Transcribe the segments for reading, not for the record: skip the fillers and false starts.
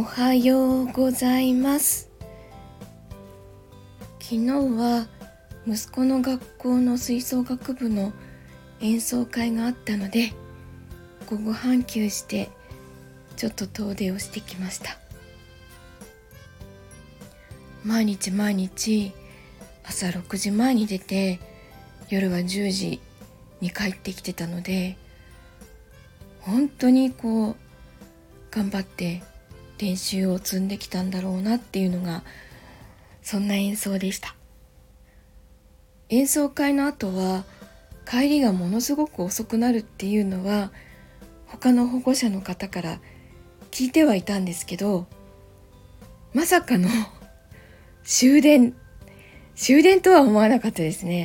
おはようございます。昨日は息子の学校の吹奏楽部の演奏会があったので、午後半休してちょっと遠出をしてきました。毎日朝6時前に出て夜は10時に帰ってきてたので、本当に頑張って練習を積んできたんだろうなっていうのが、そんな演奏でした。演奏会の後は帰りがものすごく遅くなるっていうのは他の保護者の方から聞いてはいたんですけど、まさかの終電とは思わなかったですね。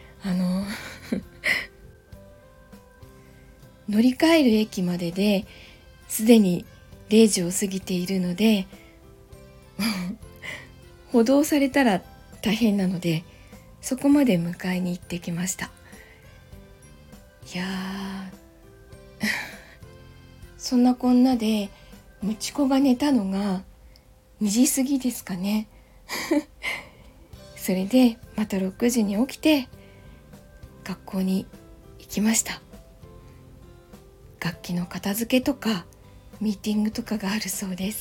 乗り換える駅までですでに0時を過ぎているので補導されたら大変なので、そこまで迎えに行ってきました。いやそんなこんなでむちこが寝たのが2時過ぎですかねそれでまた6時に起きて学校に行きました。楽器の片付けとかミーティングとかがあるそうです。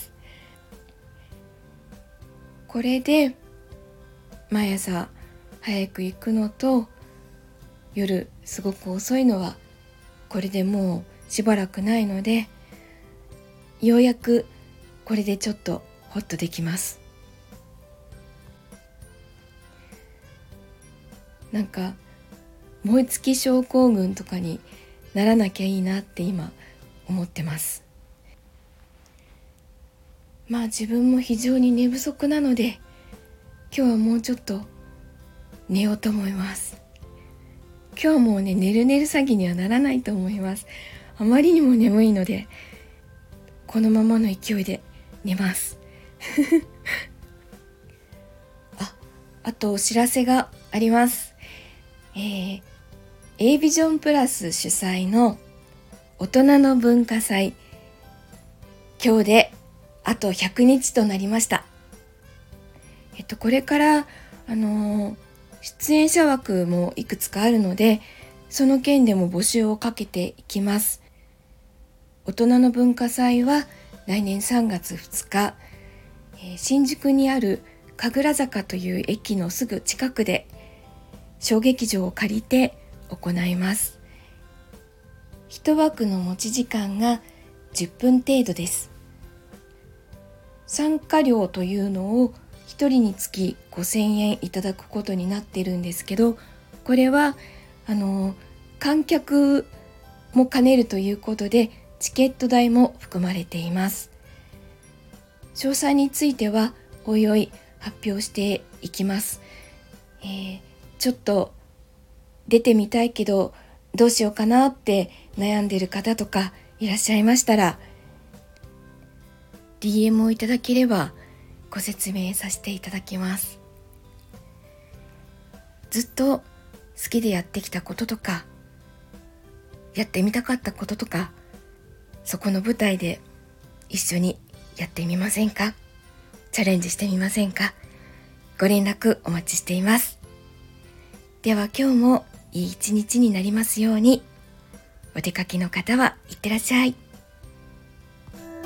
これで毎朝早く行くのと夜すごく遅いのはこれでもうしばらくないので、ようやくこれでちょっとホッとできます。なんか燃え尽き症候群とかにならなきゃいいなって今思ってます。自分も非常に寝不足なので、今日はもうちょっと寝ようと思います。今日はもう寝る詐欺にはならないと思います。あまりにも眠いのでこのままの勢いで寝ますあとお知らせがあります。A ビジョンプラス主催の大人の文化祭、今日であと100日となりました。これから出演者枠もいくつかあるので、その件でも募集をかけていきます。大人の文化祭は来年3月2日、新宿にある神楽坂という駅のすぐ近くで小劇場を借りて行います。一枠の持ち時間が10分程度です。参加料というのを1人につき5000円いただくことになっているんですけど、これは観客も兼ねるということでチケット代も含まれています。詳細についてはおいおい発表していきます。ちょっと出てみたいけどどうしようかなって悩んでいる方とかいらっしゃいましたら DM をいただければご説明させていただきます。ずっと好きでやってきたこととかやってみたかったこととか、そこの舞台で一緒にやってみませんか？チャレンジしてみませんか？ご連絡お待ちしています。では今日もいい一日になりますように。お出かけの方はいってらっしゃい。